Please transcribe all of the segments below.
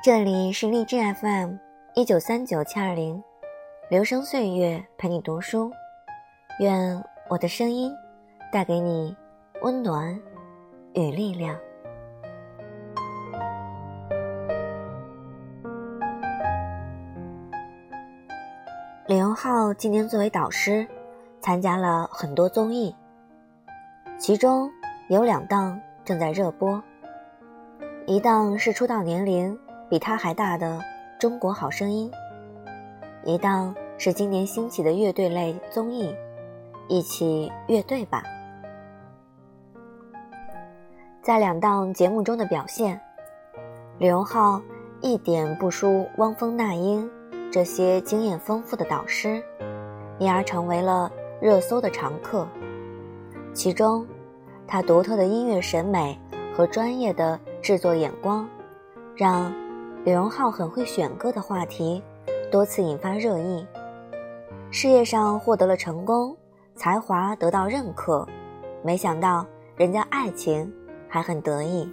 这里是荔枝 FM 1939720，留声岁月陪你读书，愿我的声音带给你温暖与力量。李荣浩今年作为导师参加了很多综艺，其中有2档正在热播，一档是出道年龄比他还大的《中国好声音》，一档是今年兴起的乐队类综艺《一起乐队吧》。在2档节目中的表现，李荣浩一点不输汪峰、那英这些经验丰富的导师，因而成为了热搜的常客。其中他独特的音乐审美和专业的制作眼光，让李荣浩很会选歌的话题多次引发热议。事业上获得了成功，才华得到认可，没想到人家爱情还很得意。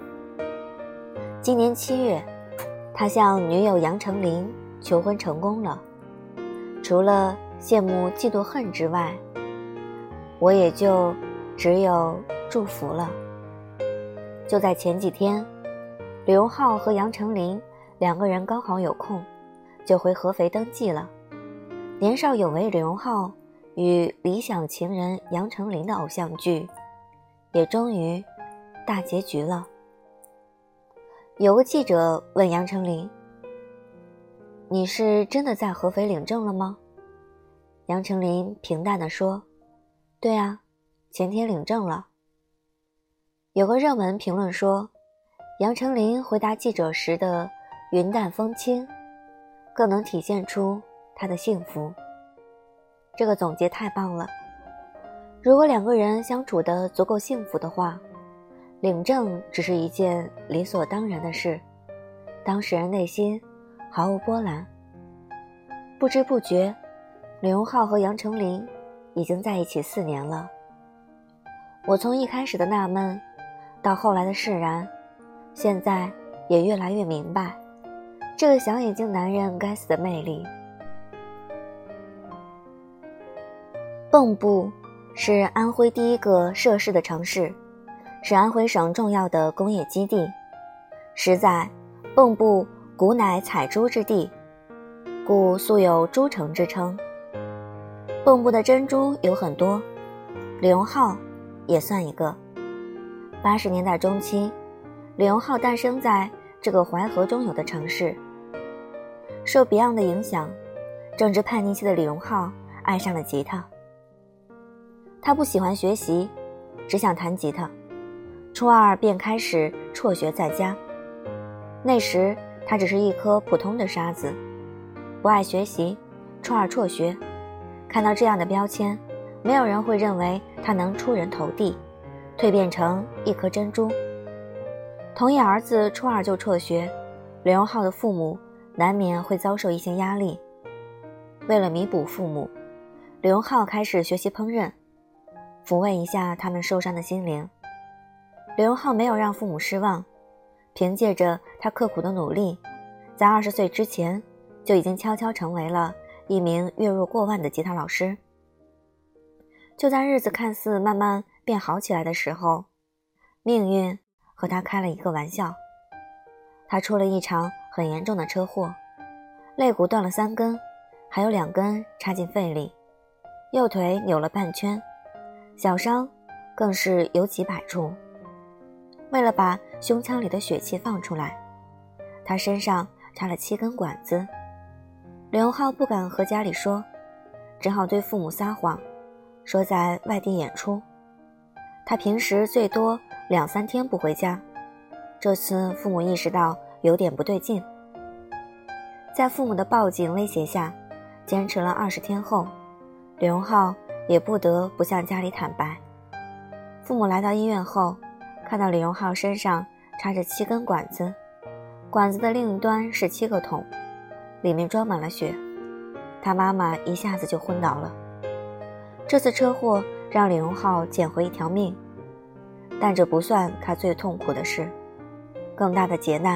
今年7月，他向女友杨丞琳求婚成功了。除了羡慕嫉妒恨之外，我也就只有祝福了。就在前几天，李荣浩和杨丞琳2个人刚好有空，就回合肥登记了。年少有为李荣浩与理想情人杨丞琳的偶像剧也终于大结局了。有个记者问杨丞琳，你是真的在合肥领证了吗？杨丞琳平淡地说，对啊，前天领证了。有个热门评论说，杨丞琳回答记者时的云淡风轻，更能体现出她的幸福。这个总结太棒了。如果2个人相处得足够幸福的话，领证只是一件理所当然的事，当事人内心毫无波澜。不知不觉，李荣浩和杨丞琳已经在一起4年了。我从一开始的纳闷，到后来的释然，现在也越来越明白，这个小眼睛男人该死的魅力。蚌埠是安徽第一个涉事的城市，是安徽省重要的工业基地。实在蚌埠古乃采珠之地，故素有珠城之称。蚌埠的珍珠有很多，李荣浩也算一个。80年代中期，李荣浩诞生在这个淮河中游的城市。受 Beyond 的影响，正值叛逆期的李荣浩爱上了吉他。他不喜欢学习，只想弹吉他。初2便开始辍学在家。那时他只是一颗普通的沙子，不爱学习，初2辍学。看到这样的标签，没有人会认为他能出人头地，蜕变成一颗珍珠。同一儿子初2就辍学，李荣浩的父母难免会遭受一些压力。为了弥补父母，李荣浩开始学习烹饪，抚慰一下他们受伤的心灵。李荣浩没有让父母失望，凭借着他刻苦的努力，在20岁之前就已经悄悄成为了一名月入过万的吉他老师。就在日子看似慢慢变好起来的时候，命运和他开了一个玩笑。他出了一场很严重的车祸，肋骨断了3根，还有2根插进肺里，右腿扭了半圈，小伤更是有几百处。为了把胸腔里的血气放出来，他身上插了7根管子。李荣浩不敢和家里说，只好对父母撒谎，说在外地演出。他平时最多2-3天不回家，这次父母意识到有点不对劲。在父母的报警威胁下，坚持了20天后，李荣浩也不得不向家里坦白。父母来到医院后，看到李荣浩身上插着7根管子，管子的另一端是7个桶，里面装满了血。他妈妈一下子就昏倒了。这次车祸让李荣浩捡回一条命，但这不算他最痛苦的事。更大的劫难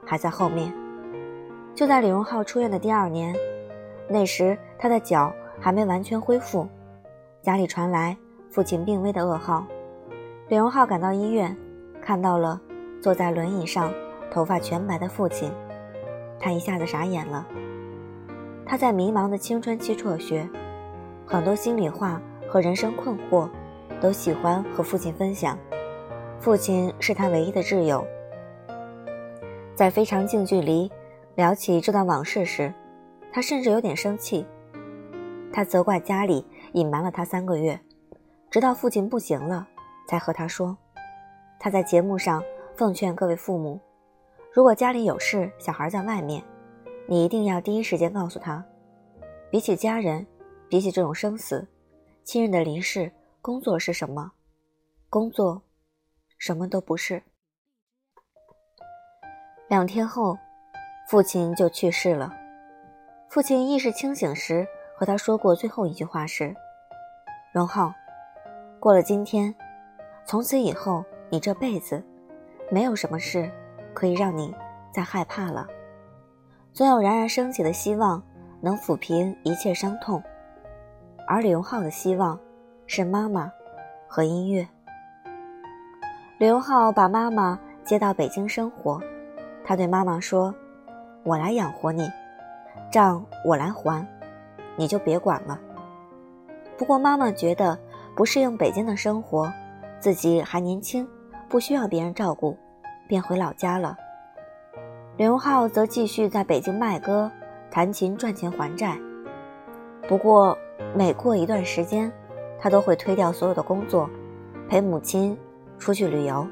还在后面。就在李荣浩出院的第2年，那时他的脚还没完全恢复，家里传来父亲病危的噩耗。李荣浩赶到医院，看到了坐在轮椅上头发全白的父亲，他一下子傻眼了。他在迷茫的青春期辍学，很多心里话和人生困惑都喜欢和父亲分享，父亲是他唯一的挚友。在非常近距离聊起这段往事时，他甚至有点生气。他责怪家里隐瞒了他3个月，直到父亲不行了才和他说。他在节目上奉劝各位父母，如果家里有事，小孩在外面，你一定要第一时间告诉他。比起家人，比起这种生死，亲人的离世，工作是什么？工作什么都不是。2天后，父亲就去世了。父亲意识清醒时和他说过最后一句话是：荣浩，过了今天，从此以后你这辈子没有什么事可以让你再害怕了。总有冉冉升起的希望能抚平一切伤痛，而李荣浩的希望是妈妈和音乐。李荣浩把妈妈接到北京生活，他对妈妈说：我来养活你，账我来还，你就别管了。不过妈妈觉得不适应北京的生活，自己还年轻，不需要别人照顾，便回老家了。李荣浩则继续在北京卖歌弹琴赚钱还债。不过每过一段时间，他都会推掉所有的工作，陪母亲出去旅游。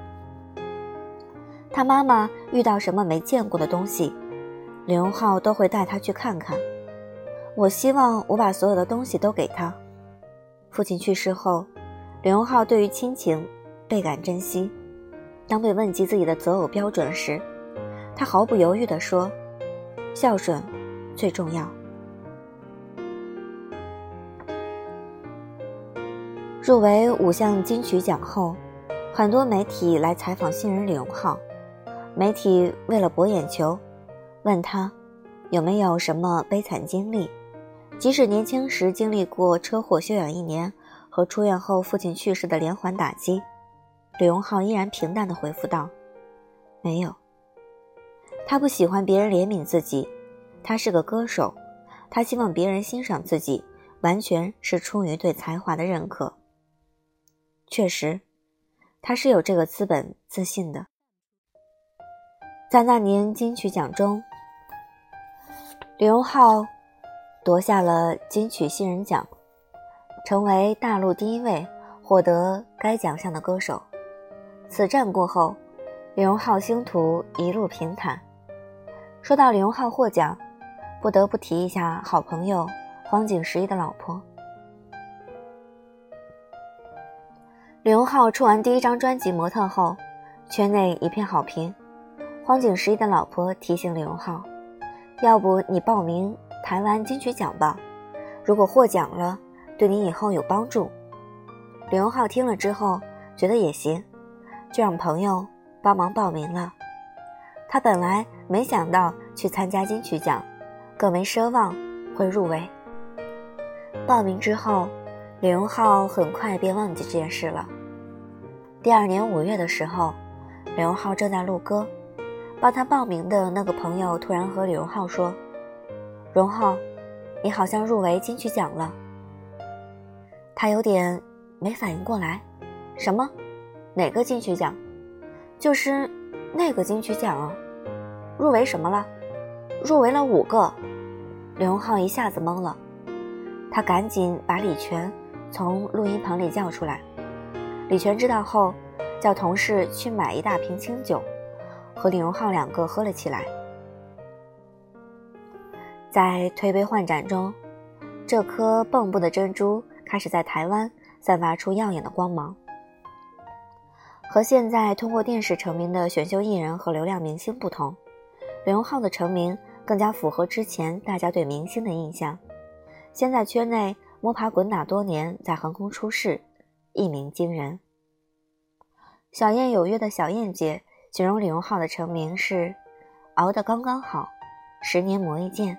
他妈妈遇到什么没见过的东西，李荣浩都会带他去看看。我希望我把所有的东西都给他。父亲去世后，李荣浩对于亲情倍感珍惜。当被问及自己的择偶标准时，他毫不犹豫地说：孝顺最重要。入围5项金曲奖后，很多媒体来采访新人李荣浩。媒体为了博眼球，问他有没有什么悲惨经历，即使年轻时经历过车祸休养1年和出院后父亲去世的连环打击，李荣浩依然平淡地回复道：没有。他不喜欢别人怜悯自己，他是个歌手，他希望别人欣赏自己，完全是出于对才华的认可。确实，他是有这个资本自信的。在那年金曲奖中，李荣浩夺下了金曲新人奖，成为大陆第1位获得该奖项的歌手。此战过后，李荣浩星途一路平坦。说到李荣浩获奖，不得不提一下好朋友荒井十一的老婆。李荣浩出完第1张专辑《模特》后，圈内一片好评。荒井十一的老婆提醒李荣浩，要不你报名台湾金曲奖吧，如果获奖了，对你以后有帮助。李荣浩听了之后觉得也行，就让朋友帮忙报名了。他本来没想到去参加金曲奖，更没奢望会入围。报名之后，李荣浩很快便忘记这件事了。第2年5月的时候，李荣浩正在录歌，帮他报名的那个朋友突然和李荣浩说：荣浩，你好像入围金曲奖了。他有点没反应过来，什么？哪个金曲奖？就是那个金曲奖啊。入围什么了？入围了5个。李荣浩一下子懵了，他赶紧把李泉从录音棚里叫出来。李泉知道后，叫同事去买一大瓶清酒，和李荣浩2个喝了起来。在推杯换盏中，这颗蚌埠的珍珠开始在台湾散发出耀眼的光芒。和现在通过电视成名的选秀艺人和流量明星不同，李荣浩的成名更加符合之前大家对明星的印象。先在圈内摸爬滚打多年，在横空出世，一鸣惊人。小燕有约的小燕姐形容李荣浩的成名是熬得刚刚好，10年磨一剑。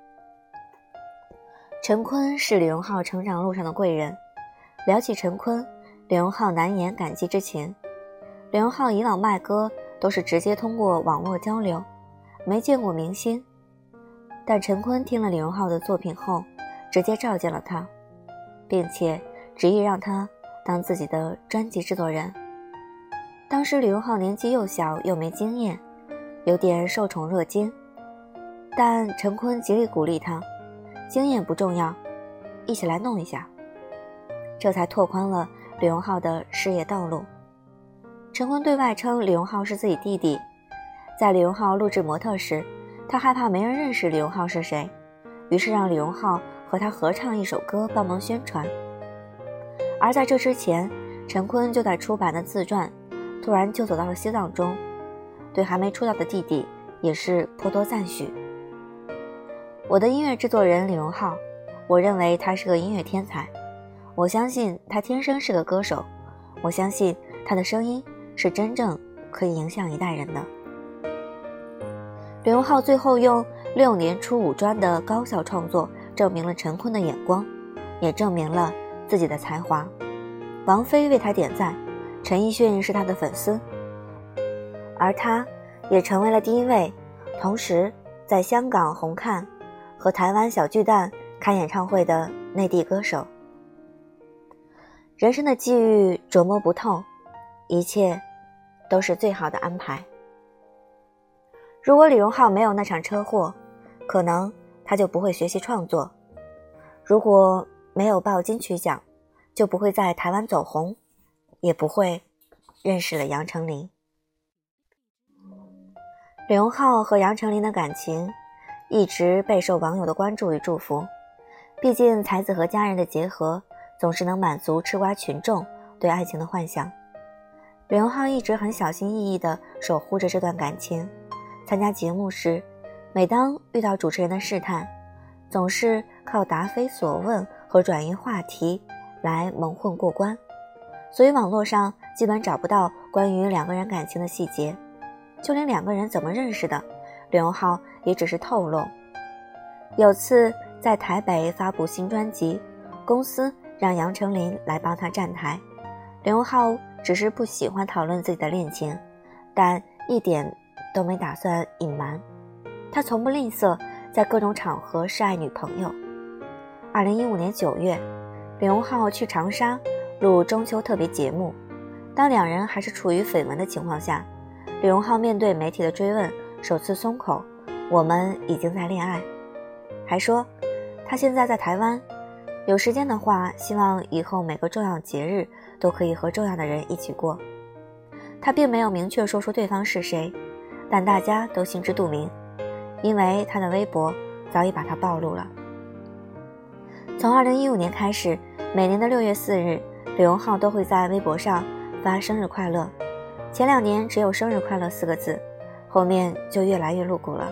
陈坤是李荣浩成长路上的贵人。聊起陈坤，李荣浩难言感激之情。李荣浩以往卖歌都是直接通过网络交流，没见过明星。但陈坤听了李荣浩的作品后，直接召见了他，并且执意让他当自己的专辑制作人。当时李荣浩年纪又小又没经验，有点受宠若惊，但陈坤极力鼓励他，经验不重要，一起来弄一下。这才拓宽了李荣浩的事业道路。陈坤对外称李荣浩是自己弟弟，在李荣浩录制模特时，他害怕没人认识李荣浩是谁，于是让李荣浩和他合唱一首歌帮忙宣传。而在这之前，陈坤就在出版的自传突然就走到了西藏中，对还没出道的弟弟也是颇多赞许。我的音乐制作人李荣浩，我认为他是个音乐天才，我相信他天生是个歌手，我相信他的声音是真正可以影响一代人的。李荣浩最后用6年出5专的高效创作证明了陈坤的眼光，也证明了自己的才华。王菲为他点赞，陈奕迅是他的粉丝，而他也成为了第一位同时在香港红磡和台湾小巨蛋开演唱会的内地歌手。人生的际遇琢磨不透，一切都是最好的安排。如果李荣浩没有那场车祸，可能他就不会学习创作；如果没有报金曲奖，就不会在台湾走红，也不会认识了杨丞琳。李荣浩和杨丞琳的感情一直备受网友的关注与祝福，毕竟才子和佳人的结合总是能满足吃瓜群众对爱情的幻想。李荣浩一直很小心翼翼地守护着这段感情，参加节目时，每当遇到主持人的试探，总是靠答非所问和转移话题来蒙混过关，所以网络上基本找不到关于2个人感情的细节，就连2个人怎么认识的，李荣浩也只是透露。有次在台北发布新专辑，公司让杨丞琳来帮他站台，李荣浩只是不喜欢讨论自己的恋情，但一点都没打算隐瞒，他从不吝啬在各种场合示爱女朋友。2015年9月，李荣浩去长沙录中秋特别节目，当2人还是处于绯闻的情况下，李荣浩面对媒体的追问首次松口，我们已经在恋爱，还说他现在在台湾，有时间的话希望以后每个重要节日都可以和重要的人一起过。他并没有明确说出对方是谁，但大家都心知肚明，因为他的微博早已把他暴露了。从2015年开始，每年的6月4日，李荣浩都会在微博上发生日快乐，前2年只有生日快乐4个字，后面就越来越露骨了。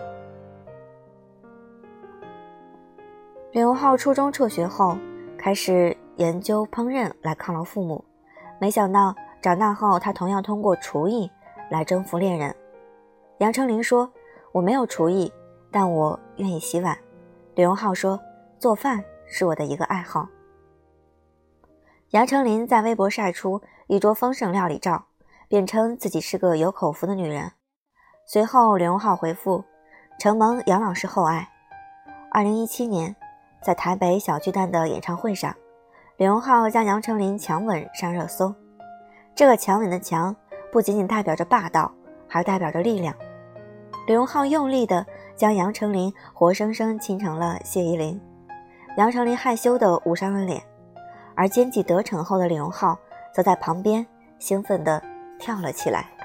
李荣浩初中辍学后开始研究烹饪来犒劳父母，没想到长大后他同样通过厨艺来征服恋人。杨丞琳说，我没有厨艺，但我愿意洗碗。李荣浩说，做饭是我的一个爱好。杨丞琳在微博晒出一桌丰盛料理照，辩称自己是个有口福的女人。随后李荣浩回复，承蒙杨老师厚爱。2017年，在台北小巨蛋的演唱会上，李荣浩将杨丞琳强吻上热搜。这个强吻的强不仅仅代表着霸道，还代表着力量。李荣浩用力地将杨丞琳活生生亲成了谢依霖，杨丞琳害羞地捂上了脸，而奸计得逞后的李荣浩则在旁边兴奋地跳了起来。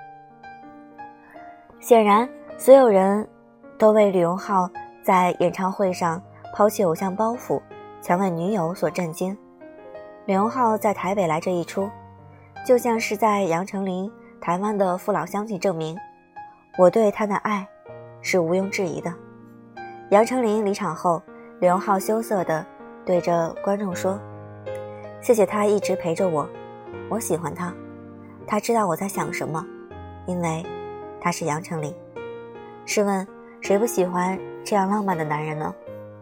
显然，所有人都为李荣浩在演唱会上抛弃偶像包袱强吻女友所震惊。李荣浩在台北来这一出，就像是在杨丞琳台湾的父老乡亲证明，我对他的爱是毋庸置疑的。杨丞琳离场后，李荣浩羞涩地对着观众说，谢谢他一直陪着我，我喜欢他，他知道我在想什么，因为他是杨丞琳。 试问谁不喜欢这样浪漫的男人呢？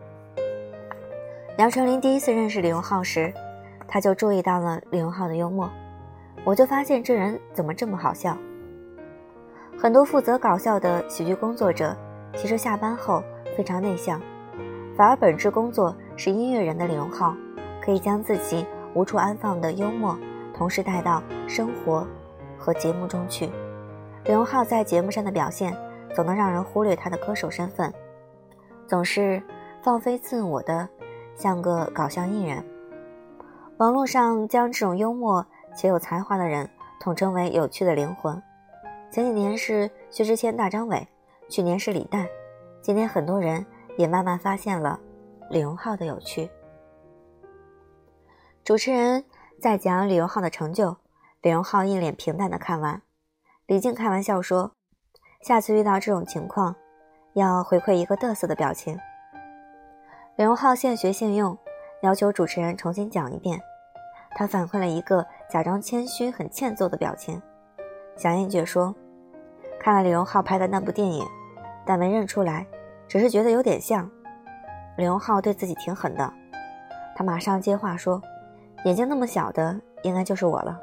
杨丞琳第一次认识李荣浩时，他就注意到了李荣浩的幽默，我就发现这人怎么这么好笑。很多负责搞笑的喜剧工作者其实下班后非常内向，反而本职工作是音乐人的李荣浩可以将自己无处安放的幽默同时带到生活和节目中去。李荣浩在节目上的表现总能让人忽略他的歌手身份，总是放飞自我的像个搞笑艺人。网络上将这种幽默且有才华的人统称为有趣的灵魂。前几年是薛之谦、大张伟，去年是李诞，今天很多人也慢慢发现了李荣浩的有趣。主持人在讲李荣浩的成就，李荣浩一脸平淡地看完。李静开玩笑说，下次遇到这种情况要回馈一个嘚瑟的表情。李荣浩现学现用，要求主持人重新讲一遍，他反馈了一个假装谦虚很欠揍的表情。小燕姐说，看了李荣浩拍的那部电影，但没认出来，只是觉得有点像。李荣浩对自己挺狠的，他马上接话说，眼睛那么小的应该就是我了。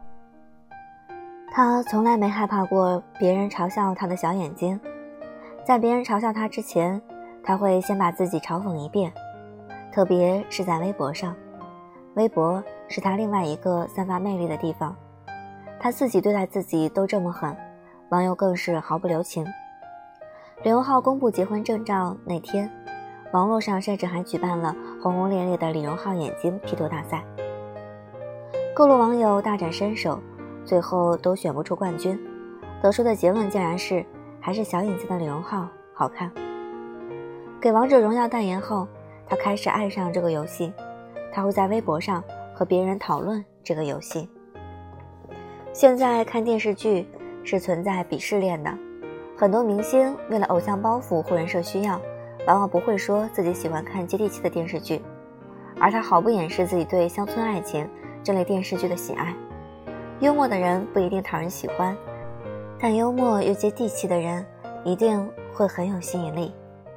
他从来没害怕过别人嘲笑他的小眼睛，在别人嘲笑他之前，他会先把自己嘲讽一遍，特别是在微博上。微博是他另外一个散发魅力的地方，他自己对待自己都这么狠，网友更是毫不留情。李荣浩公布结婚证照那天，网络上甚至还举办了轰轰烈烈的李荣浩眼睛 P 图大赛，各路网友大展身手，最后都选不出冠军，得出的结论竟然是还是小眼睛的李荣浩好看。给王者荣耀代言后，他开始爱上这个游戏，他会在微博上和别人讨论这个游戏。现在看电视剧是存在鄙视链的，很多明星为了偶像包袱或人设需要，往往不会说自己喜欢看接地气的电视剧，而他毫不掩饰自己对乡村爱情这类电视剧的喜爱。幽默的人不一定讨人喜欢，但幽默又接地气的人一定会很有吸引力。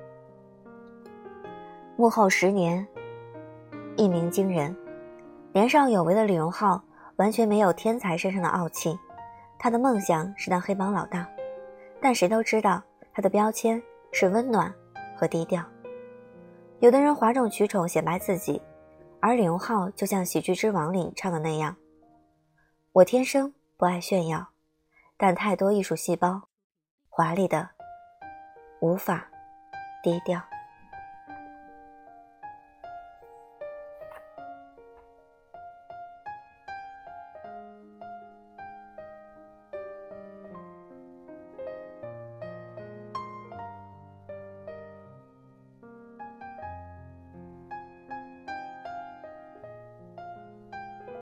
幕后10年，一鸣惊人。年少有为的李荣浩完全没有天才身上的傲气，他的梦想是当黑帮老大，但谁都知道他的标签是温暖和低调。有的人哗众取宠显摆自己，而李荣浩就像喜剧之王里唱的那样，我天生不爱炫耀，但太多艺术细胞华丽的无法低调。